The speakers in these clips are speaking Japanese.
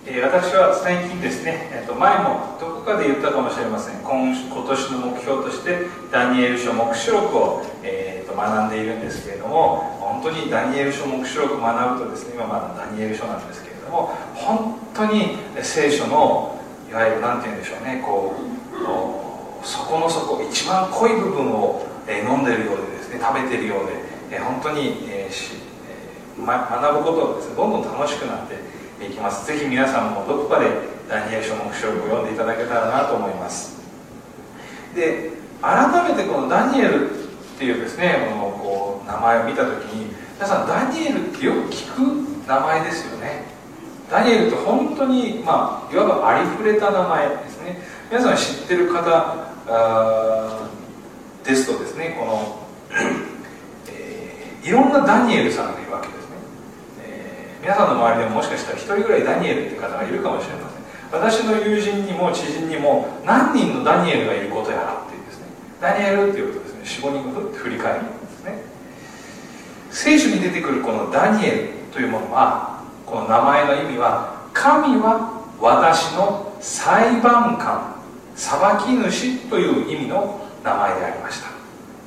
私は最近ですね、前もどこかで言ったかもしれません。今年の目標としてダニエル書黙示録を、学んでいるんですけれども、本当にダニエル書黙示録を学ぶとですね、今まだダニエル書なんですけれども、本当に聖書のいわゆる何て言うんでしょうね、こう底の底、一番濃い部分を飲んでいるようでですね、食べているようで、本当に学ぶことがですね、どんどん楽しくなっていきます。ぜひ皆さんもどこかでダニエル書黙示録を読んでいただけたらなと思います。で、改めてこのダニエルっていうですね、こう名前を見たときに、皆さんダニエルってよく聞く名前ですよね。ダニエルって本当に、いわばありふれた名前ですね。皆さん知ってる方ですとですね、この、いろんなダニエルさんがいるわけですね。皆さんの周りでももしかしたら一人ぐらいダニエルっていう方がいるかもしれません。私の友人にも知人にも何人のダニエルがいることやらっていうですね、ダニエルっていうとですね、4、5人がふって振り返るんですね。聖書に出てくるこのダニエルというものは、この名前の意味は、神は私の裁判官、裁き主という意味の名前でありました。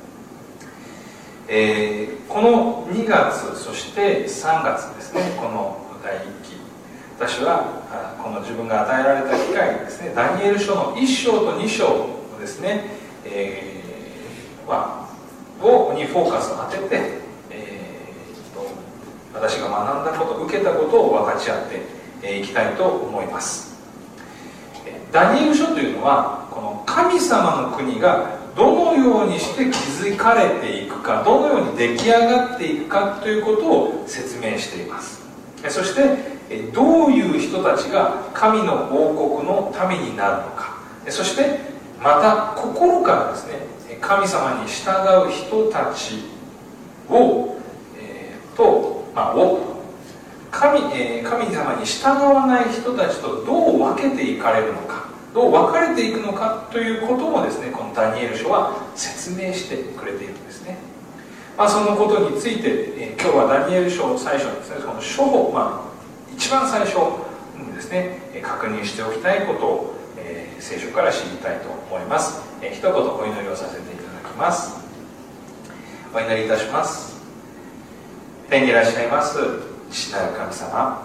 この2月そして3月ですね、この第1期、私はこの自分が与えられた機会にですね、ダニエル書の1章と2章をですね、にフォーカスを当てて、私が学んだこと、受けたことを分かち合っていきたいと思います。ダニエル書というのは、この神様の国がどのようにして築かれていくか、どのように出来上がっていくかということを説明しています。そしてどういう人たちが神の王国の民になるのか、そしてまた心からですね、神様に従う人たちを、神様に従わない人たちとどう分けていかれるのか、どう分かれていくのかということもですね、このダニエル書は説明してくれているんですね。そのことについて、今日はダニエル書最初にですね、この書法、一番最初にですね、確認しておきたいことを、聖書から知りたいと思います。一言お祈りをさせていただきます。お祈りいたします。天にいらっしゃいます父なる神様、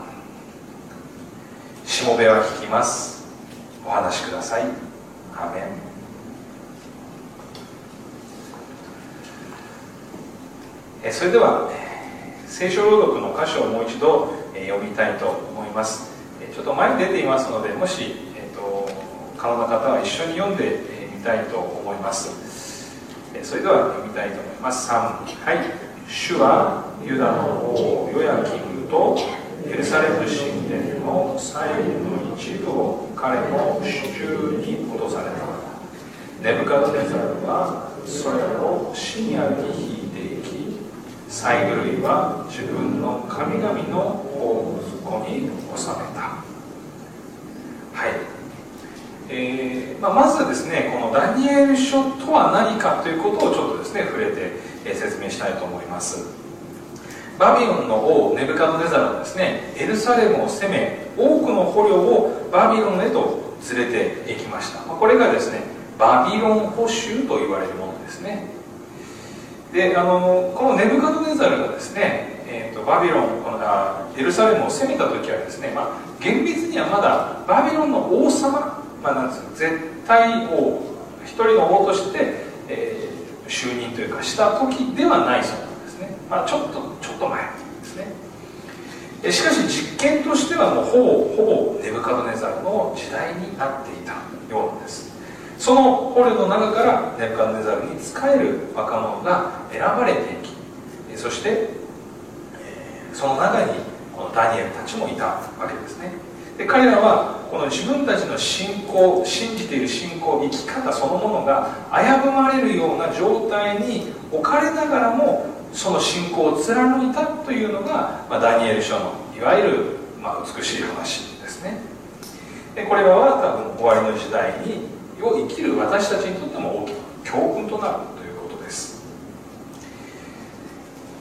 しもべは聞きます。お話しください。アーメン。それでは聖書朗読の箇所をもう一度読みたいと思います。ちょっと前に出ていますので、もし可能な方は一緒に読んでみたいと思います。それでは読みたいと思います。3、はい。主はユダの王ヨヤキムとエルサレム神殿の債務の一部を彼の手中に落とされた。ネブカドネザルはそれをシニアに引いていき、債狂いは自分の神々の宝庫に収めた。はい。まずはですね、このダニエル書とは何かということをちょっとですね、触れて説明したいと思います。バビロンの王ネブカドネザルはですね、エルサレムを攻め、多くの捕虜をバビロンへと連れて行きました。これがですね、バビロン捕囚と言われるものですね。で、このネブカドネザルがですね、バビロン、エルサレムを攻めた時はですね、厳密にはまだバビロンの王様、なんですか、絶対王、一人の王として、就任というかした時ではないそうなんですね。ちょっと前ですね。しかし実験としてはもうほぼネブカドネザルの時代になっていたようなんです。その捕虜の中からネブカドネザルに仕える若者が選ばれていき、そして、その中にこのダニエルたちもいたわけですね。で、彼らはこの自分たちの信仰、信じている信仰、生き方そのものが危ぶまれるような状態に置かれながらも、その信仰を貫いたというのが、ダニエル書のいわゆる、美しい話ですね。で、これらは多分終わりの時代を生きる私たちにとっても大きな教訓となるということです。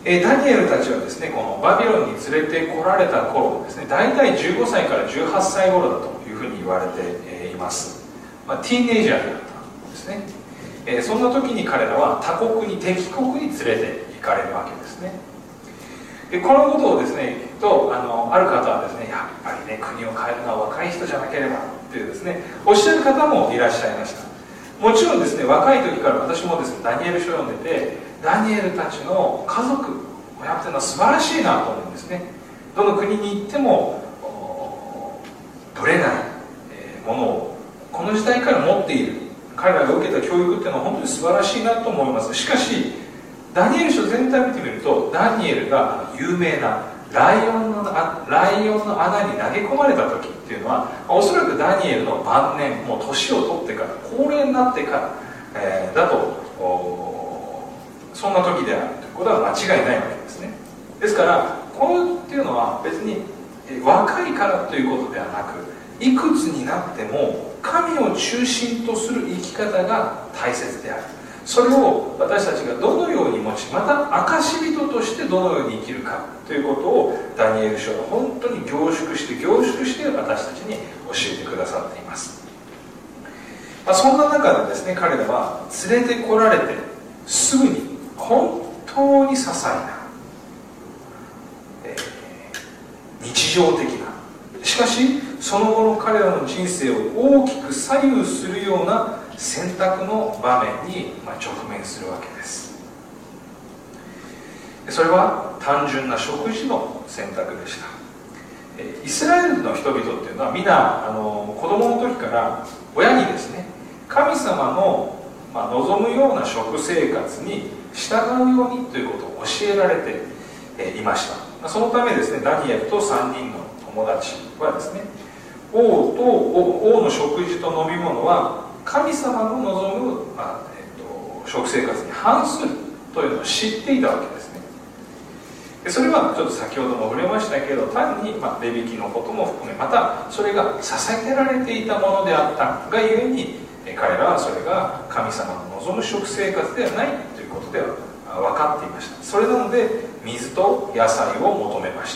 ダニエルたちはですね、このバビロンに連れてこられた頃ですね、大体15歳から18歳頃だというふうに言われています。ティーンエイジャーだったんですね。そんな時に彼らは他国に、敵国に連れて行かれるわけですね。このことをですね、ある方はですね、やっぱりね、国を変えるのは若い人じゃなければっていうですね、おっしゃる方もいらっしゃいました。もちろんですね、若い時から私もですね、ダニエル書を読んでて、ダニエルたちの家族をやってるのは素晴らしいなと思うんですね。どの国に行ってもぶれないものをこの時代から持っている、彼らが受けた教育っていうのは本当に素晴らしいなと思います。しかしダニエル書全体を見てみると、ダニエルが有名なライオンの穴に投げ込まれた時っていうのは、おそらくダニエルの晩年、もう年を取ってから、高齢になってから、だとそんな時であるということは間違いないわけですね。ですからこれっていうのは別に若いからということではなく、いくつになっても神を中心とする生き方が大切である。それを私たちがどのように持ち、また証人としてどのように生きるかということをダニエル書が本当に凝縮して私たちに教えてくださっています。そんな中でですね、彼らは連れてこられてすぐに本当に些細な、日常的な、しかしその後の彼らの人生を大きく左右するような選択の場面に直面するわけです。それは単純な食事の選択でした。イスラエルの人々っていうのはみんな子供の時から親にですね、神様の望むような食生活に従うようにということを教えられていました。そのためですね、ダニエルと3人の友達はですね、王の食事と飲み物は神様の望む、食生活に反するというのを知っていたわけですね。それはちょっと先ほども触れましたけど、単に値引きのことも含め、またそれが捧げられていたものであったがゆえに、彼らはそれが神様の望む食生活ではないということでは分かっていました。それなので水と野菜を求めました。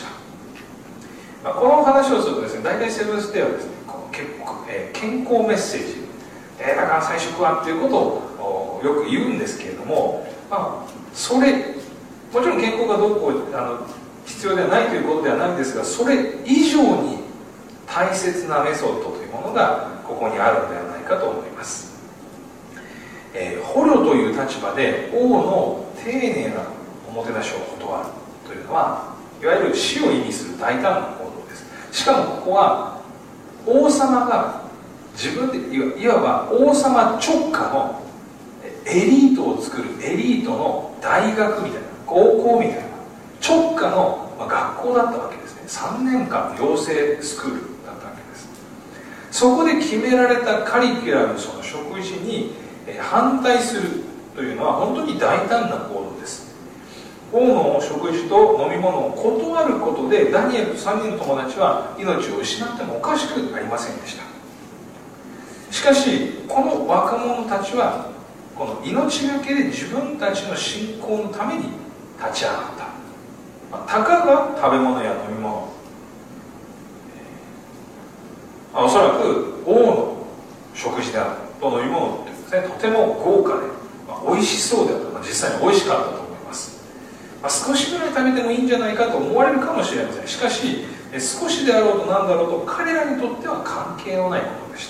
この話をするとですね、大体セブンスデーはですね、健康メッセージ、だから菜食はということをよく言うんですけれども、それもちろん健康がどうこう必要ではないということではないんですが、それ以上に大切なメソッドというものがここにあるのではないかと思います。捕虜という立場で王の丁寧なおもてなしを断るというのは、いわゆる死を意味する大胆な行動です。しかもここは王様が自分でいわば王様直下のエリートを作るエリートの大学みたいな、高校みたいな直下の学校だったわけですね。3年間の養成スクールだったわけです。そこで決められたカリキュラム、その食事に反対するというのは本当に大胆な行動です。王の食事と飲み物を断ることでダニエルと3人の友達は命を失ってもおかしくありませんでした。しかしこの若者たちはこの命がけで自分たちの信仰のために立ち上がった、たかが食べ物や飲み物、おそらく王の食事であると飲み物ってですね、とても豪華で、美味しそうであった、実際に美味しかったと思います。少しぐらい食べてもいいんじゃないかと思われるかもしれません。しかし少しであろうと何だろうと彼らにとっては関係のないことでした。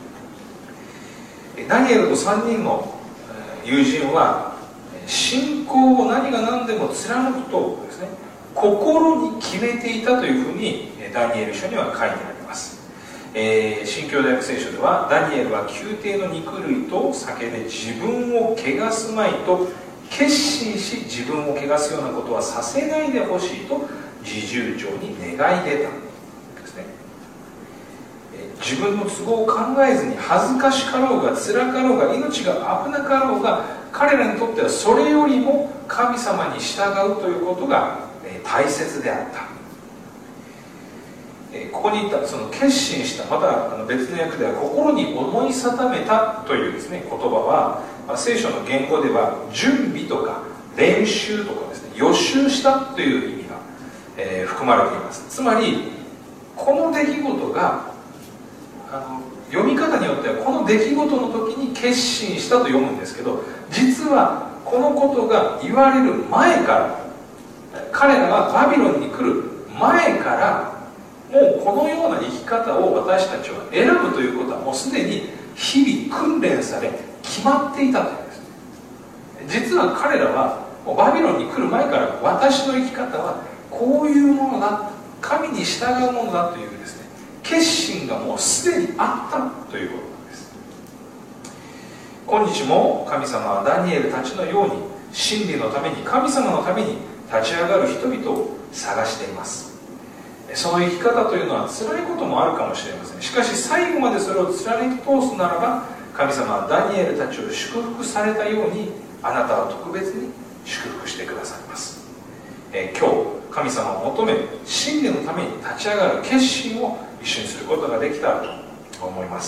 ダニエルと3人の友人は信仰を何が何でも貫くとですね、心に決めていたというふうにダニエル書には書いてあります。新教大学聖書では、ダニエルは宮廷の肉類と酒で自分を汚すまいと決心し、自分を汚すようなことはさせないでほしいと侍従長に願い出たんですね。自分の都合を考えずに、恥ずかしかろうが辛かろうが命が危なかろうが、彼らにとってはそれよりも神様に従うということが大切であった。ここに言ったその決心した、また別の訳では心に思い定めたというですね、言葉は聖書の言語では準備とか練習とかですね、 予習したという意味が、含まれています。つまりこの出来事が読み方によってはこの出来事の時に決心したと読むんですけど、実はこのことが言われる前から、彼らがバビロンに来る前からもうこのような生き方を私たちは選ぶということはもうすでに日々訓練され決まっていたというんですね。実は彼らはもうバビロンに来る前から、私の生き方はこういうものだ、神に従うものだというですね、決心がもうすでにあったということなんです。今日も神様はダニエルたちのように真理のために、神様のために立ち上がる人々を探しています。その生き方というのは辛いこともあるかもしれません。しかし最後までそれを貫き通すならば、神様はダニエルたちを祝福されたように、あなたは特別に祝福してくださいます。今日神様を求め真理のために立ち上がる決心を一緒にすることができたらと思います。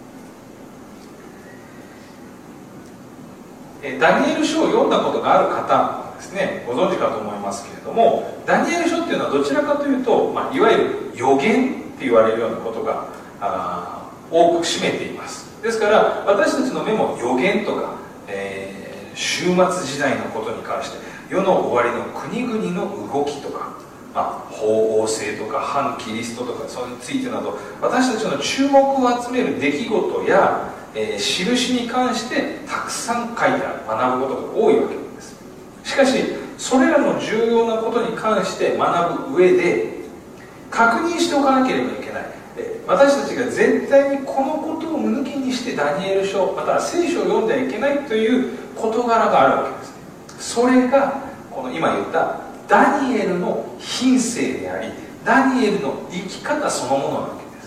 ダニエル書を読んだことがある方はですね、ご存知かと思いますけれども、ダニエル書っていうのはどちらかというと、いわゆる予言って言われるようなことが多く占めています。ですから私たちの目も予言とか、終末時代のことに関して、世の終わりの国々の動きとか、法王制とか反キリストとか、それについてなど私たちの注目を集める出来事や、印に関してたくさん書いてある、学ぶことが多いわけなんです。しかしそれらの重要なことに関して学ぶ上で確認しておかなければいけない、私たちが絶対にこのことを無抜きにしてダニエル書または聖書を読んではいけないという事柄があるわけですね。それがこの今言ったダニエルの品性であり、ダニエルの生き方そのものなわけです。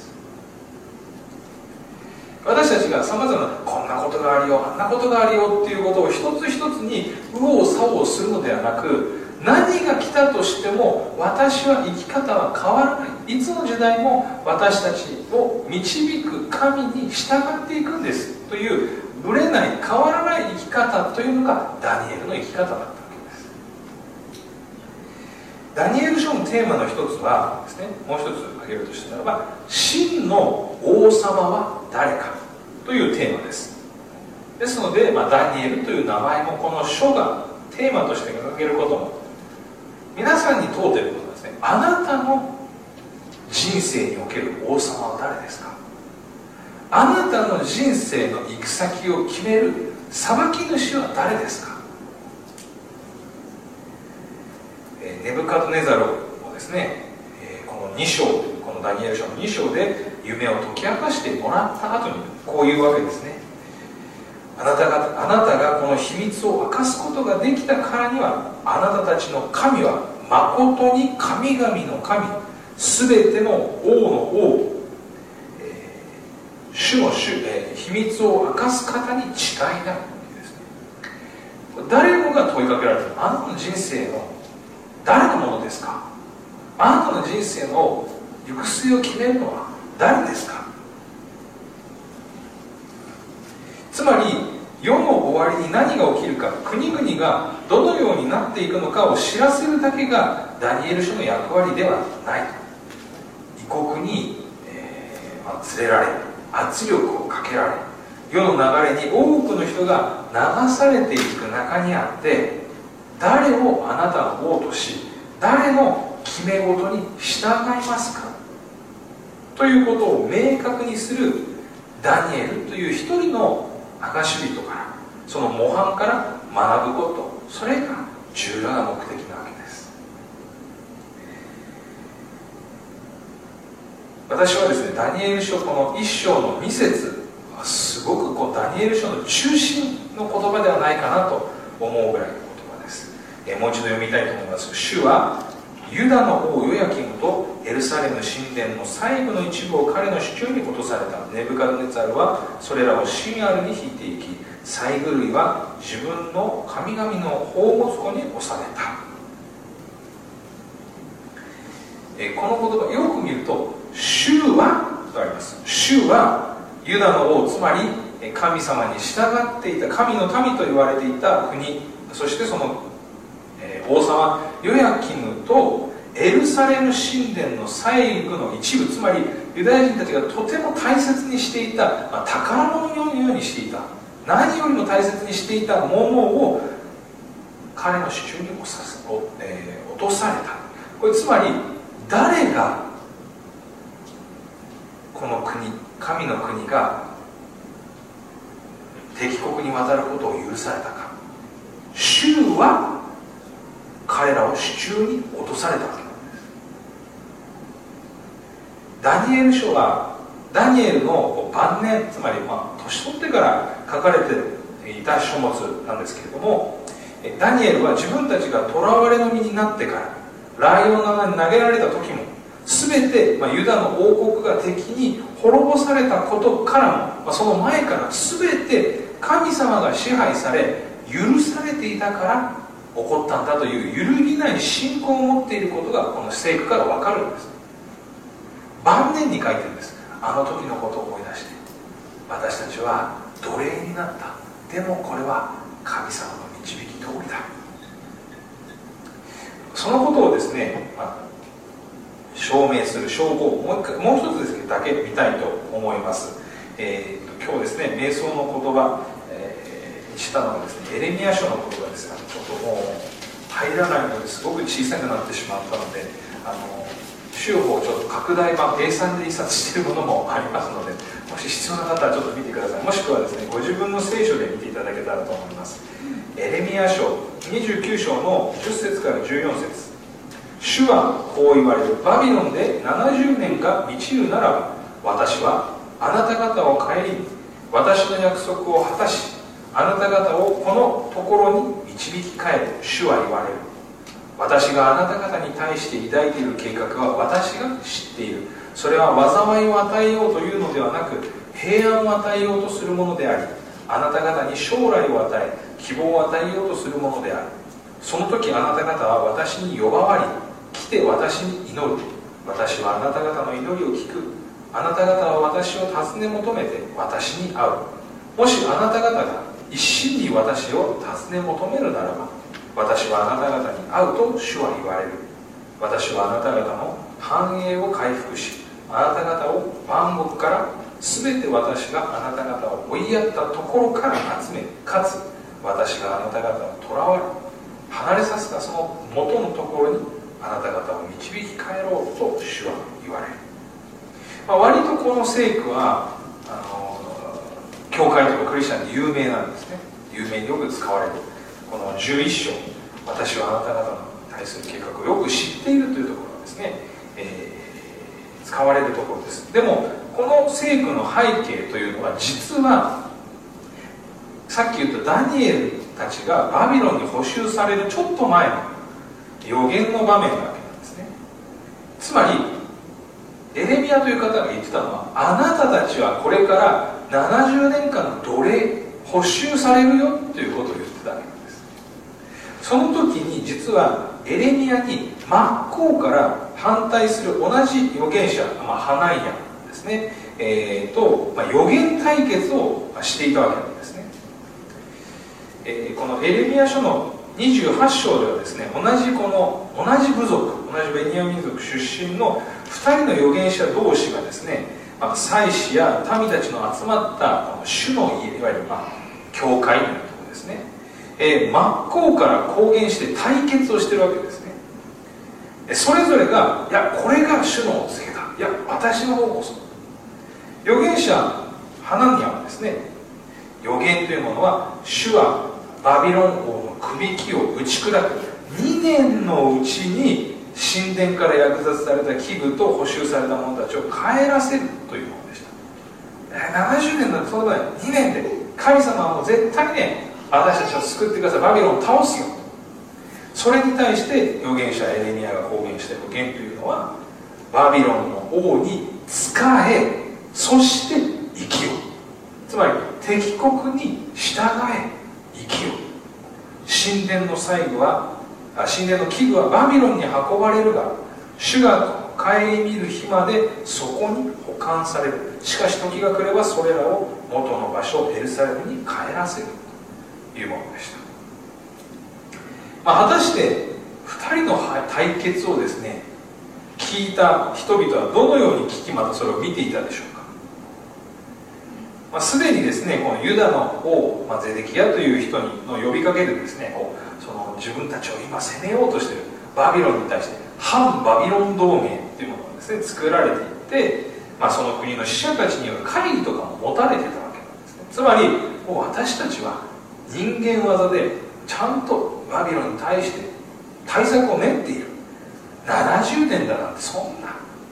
私たちがさまざまなこんなことがあるよ、あんなことがあるよっていうことを一つ一つに右往左往するのではなく、何が来たとしても私は生き方は変わらない、いつの時代も私たちを導く神に従っていくんですというぶれない変わらない生き方というのがダニエルの生き方だったわけです。ダニエル書のテーマの一つはですね、もう一つ挙げるとしたならば、真の王様は誰かというテーマです。ですので、ダニエルという名前もこの書がテーマとして掲げることも皆さんに問うていることですね。あなたの人生における王様は誰ですか？あなたの人生の行く先を決める裁き主は誰ですか？ネブカドネザルもですね、この2章、このダニエル書の2章で夢を解き明かしてもらった後にこういうわけですね。あなたがこの秘密を明かすことができたからには、あなたたちの神はまことに神々の神、すべての王の王、主の主、秘密を明かす方に違いないですね。誰もが問いかけられている。あなたの人生の誰のものですか？あなたの人生の行く末を決めるのは誰ですか？つまり世の終わりに何が起きるか、国々がどのようになっていくのかを知らせるだけがダニエル書の役割ではない。異国に、連れられ、圧力をかけられ、世の流れに多くの人が流されていく中にあって、誰をあなたの王とし、誰の決め事に従いますかということを明確にするダニエルという一人の証人から、その模範から学ぶこと、それが重要な目的なわけです。私はですね、ダニエル書この1章の2節はすごくダニエル書の中心の言葉ではないかなと思うぐらいの言葉です。もう一度読みたいと思います。主はユダの王ヨヤキムとエルサレム神殿の細部の一部を彼の手中に落とされた。ネブカドネザルはそれらをシンアルに引いていき、細具類は自分の神々の宝物庫に収めた。この言葉よく見ると、主はとあります。主はユダの王、つまり神様に従っていた神の民と言われていた国、そしてその王様ヨヤキムとエルサレム神殿の細部の一部、つまりユダヤ人たちがとても大切にしていた、宝物のようにしていた、何よりも大切にしていたものを彼の手中に落とされた。これつまり誰がこの国、神の国が敵国に渡ることを許されたか。主は彼らを手中に落とされたわけなんです。ダニエル書はダニエルの晩年、つまり年取ってから書かれていた書物なんですけれども、ダニエルは自分たちが囚われの身になってからライオンの穴に投げられた時も全て、ユダの王国が敵に滅ぼされたことからも、その前から全て神様が支配され許されていたから起こったんだという揺るぎない信仰を持っていることがこの聖句から分かるんです。晩年に書いてるんです。あの時のことを思い出して、私たちは奴隷になった。でもこれは神様の導き通りだ。そのことをですね、証明する証拠をもう一つですねだけ見たいと思います。今日ですね、瞑想の言葉、したのがですね、エレミヤ書の言葉ですが、ちょっともう入らないのですごく小さくなってしまったので、週報ちょっと拡大版 A3 で印刷しているものもありますので、もし必要な方はちょっと見てください。もしくはですね、ご自分の聖書で見ていただけたらと思います。エレミヤ書29章の10節から14節、主はこう言われる。バビロンで70年が満ちるならば、私はあなた方を顧み、私の約束を果たし、あなた方をこのところに導き帰る。主は言われる。私があなた方に対して抱いている計画は私が知っている。それは災いを与えようというのではなく、平安を与えようとするものであり、あなた方に将来を与え希望を与えようとするものである。その時あなた方は私に呼ばわり、来て私に祈る。私はあなた方の祈りを聞く。あなた方は私を尋ね求めて私に会う。もしあなた方が一心に私を尋ね求めるならば、私はあなた方に会うと主は言われる。私はあなた方の繁栄を回復し、あなた方を万国から全て私があなた方を追いやったところから集め、かつ私があなた方を囚われ離れさせたその元のところにあなた方を導き帰ろうと主は言われる。割とこの聖句は教会とかクリスチャンで有名なんですね。有名によく使われるこの11章、私はあなた方に対する計画をよく知っているというところがですね、使われるところです。でもこの聖句の背景というのは、実はさっき言ったダニエルたちがバビロンに捕囚されるちょっと前の予言の場面なわけなんですね。つまりエレミヤという方が言ってたのは、あなたたちはこれから70年間の奴隷、捕囚されるよということを言ってたわけなんです。その時に実はエレミヤに真っ向から反対する同じ預言者、ハナイヤですね、預言対決をしていたわけなんですね。このエレミヤ書の28章ではですね、同じ部族、同じベニヤ民族出身の2人の預言者同士がですね、祭司や民たちの集まった主の家、いわゆる教会というところですね、真っ向から公言して対決をしてるわけですね。それぞれが、いやこれが主の告げだ、いや私の方こそ。預言者ハナニヤはですね、預言というものは、主はバビロン王のくびきを打ち砕く2年のうちに神殿から略奪された器具と捕囚された者たちを帰らせるというものでした。70年のその前2年で神様はもう絶対ね、私たちを救ってください、バビロンを倒すよ。それに対して預言者エレミヤが公言した予言というのは、バビロンの王に仕え、そして生きよ。つまり敵国に従え生きよ。神殿の器具はバビロンに運ばれるが、主が顧みる日までそこに保管される。しかし時が来ればそれらを元の場所エルサレムに帰らせるというものでした。 果たして2人の対決をですね聞いた人々はどのように聞き、またそれを見ていたでしょうか。すでにですね、このユダの王、ゼデキヤという人の呼びかけでですね、その自分たちを今攻めようとしているバビロンに対して反バビロン同盟というものがですね作られていって、その国の使者たちによる会議とかも持たれてたわけなんですね。つまりもう私たちは人間技でちゃんとバビロンに対して対策を練っている。70年だなんてそんな。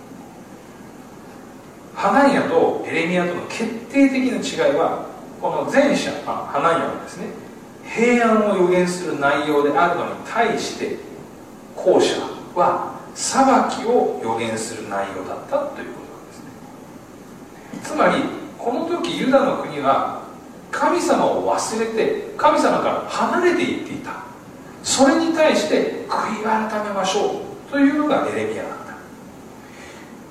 ハナニヤとエレミヤとの決定的な違いは、この前者、ハナニヤはですね平安を予言する内容であるのに対して、後者は裁きを予言する内容だったということなんですね。つまりこの時ユダの国は神様を忘れて神様から離れていっていた。それに対して悔い改めましょうというのがエレミヤだった。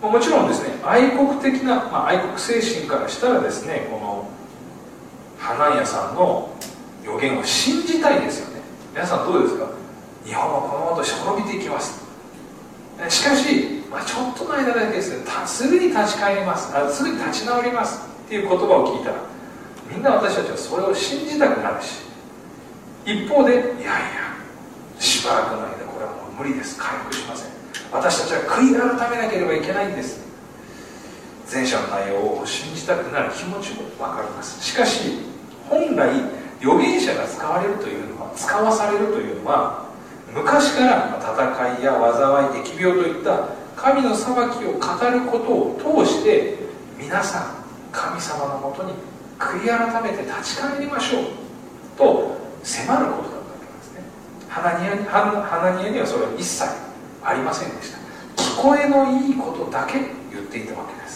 もちろんですね、愛国的な、愛国精神からしたらですね、このハナニヤさんの予言を信じたいですよね。皆さんどうですか。日本はこのままとして滅びていきます。しかし、ちょっとの間だけですね、すぐに立ち返ります、すぐに立ち直りますっていう言葉を聞いたら、みんな私たちはそれを信じたくなるし、一方でいやいやしばらくの間これはもう無理です、回復しません、私たちは悔い改めなければいけないんです。前者の内容を信じたくなる気持ちも分かります。しかし本来預言者が使わされるというのは、昔から戦いや災い、疫病といった神の裁きを語ることを通して、皆さん神様のもとに悔い改めて立ち返りましょうと迫ることだったわけですね。ハナニヤにはそれは一切ありませんでした。聞こえのいいことだけ言っていたわけです。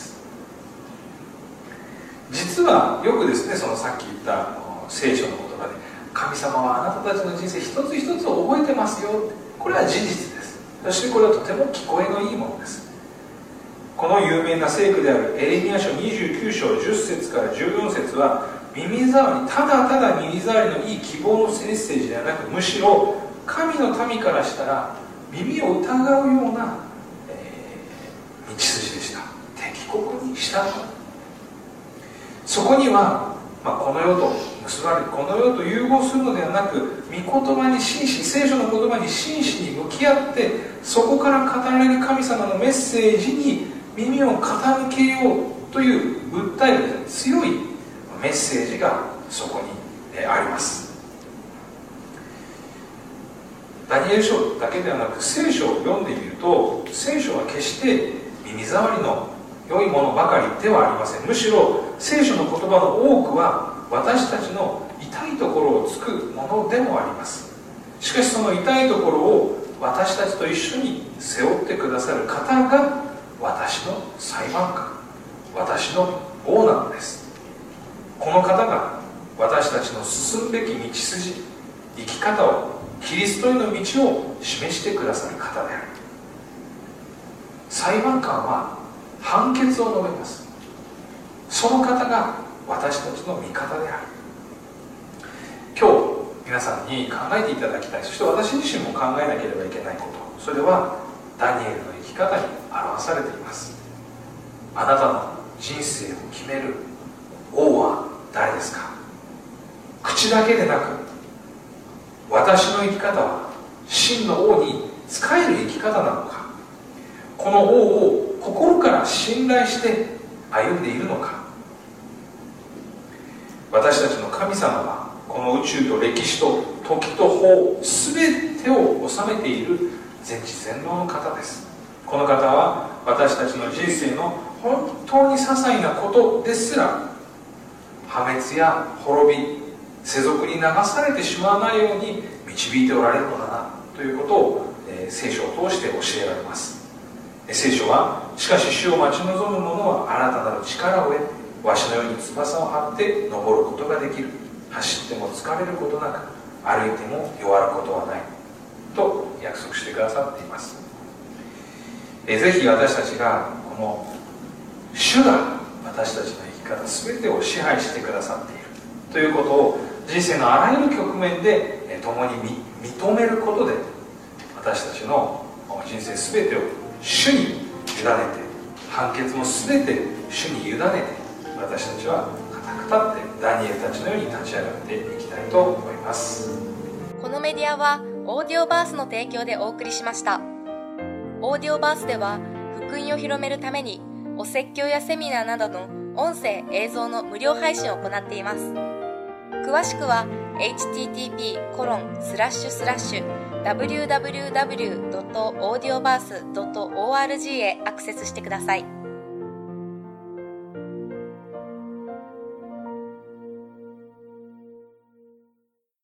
実はよくですね、そのさっき言った聖書の言葉で、神様はあなたたちの人生一つ一つを覚えてますよ、これは事実です。そしてこれはとても聞こえのいいものです。この有名な聖句であるエレミヤ書29章10節から14節は、耳障り、ただただ耳障りのいい希望のメッセージではなく、むしろ神の民からしたら耳を疑うような、道筋でした。敵国に従う。そこには、この世と結ばれ、この世と融合するのではなく、御言葉に聖書の言葉に真摯に向き合って、そこから語られる神様のメッセージに耳を傾けようという訴える強いメッセージがそこにあります。ダニエル書だけではなく聖書を読んでみると、聖書は決して耳障りの良いものばかりではありません。むしろ聖書の言葉の多くは私たちの痛いところをつくものでもあります。しかしその痛いところを私たちと一緒に背負ってくださる方が私の裁判官、私の王なのです。この方が私たちの進むべき道筋、生き方を、キリストへの道を示してくださる方である。裁判官は判決を述べます。その方が私たちの味方である。今日皆さんに考えていただきたい、そして私自身も考えなければいけないこと、それはダニエルの生き方に表されています。あなたの人生を決める王は誰ですか。口だけでなく、私の生き方は真の王に仕える生き方なのか、この王を心から信頼して歩んでいるのか。私たちの神様はこの宇宙と歴史と時と法全てを治めている全知全能の方です。この方は私たちの人生の本当に些細なことですら破滅や滅び、世俗に流されてしまわないように導いておられるのだなということを、聖書を通して教えられます。聖書は、しかし主を待ち望む者は新たなる力を得、わしのように翼を張って登ることができる。走っても疲れることなく、歩いても弱ることはないと約束してくださっています。ぜひ私たちがこの主が私たちの生き方全てを支配してくださっているということを人生のあらゆる局面で共に認めることで、私たちの人生全てを主に委ねて、判決も全て主に委ねて、私たちは固く立ってダニエルたちのように立ち上がっていきたいと思います。 このメディアはオーディオバースの提供でお送りしました。オーディオバースでは福音を広めるためにお説教やセミナーなどの音声映像の無料配信を行っています。詳しくは http://www.audioverse.org へアクセスしてください。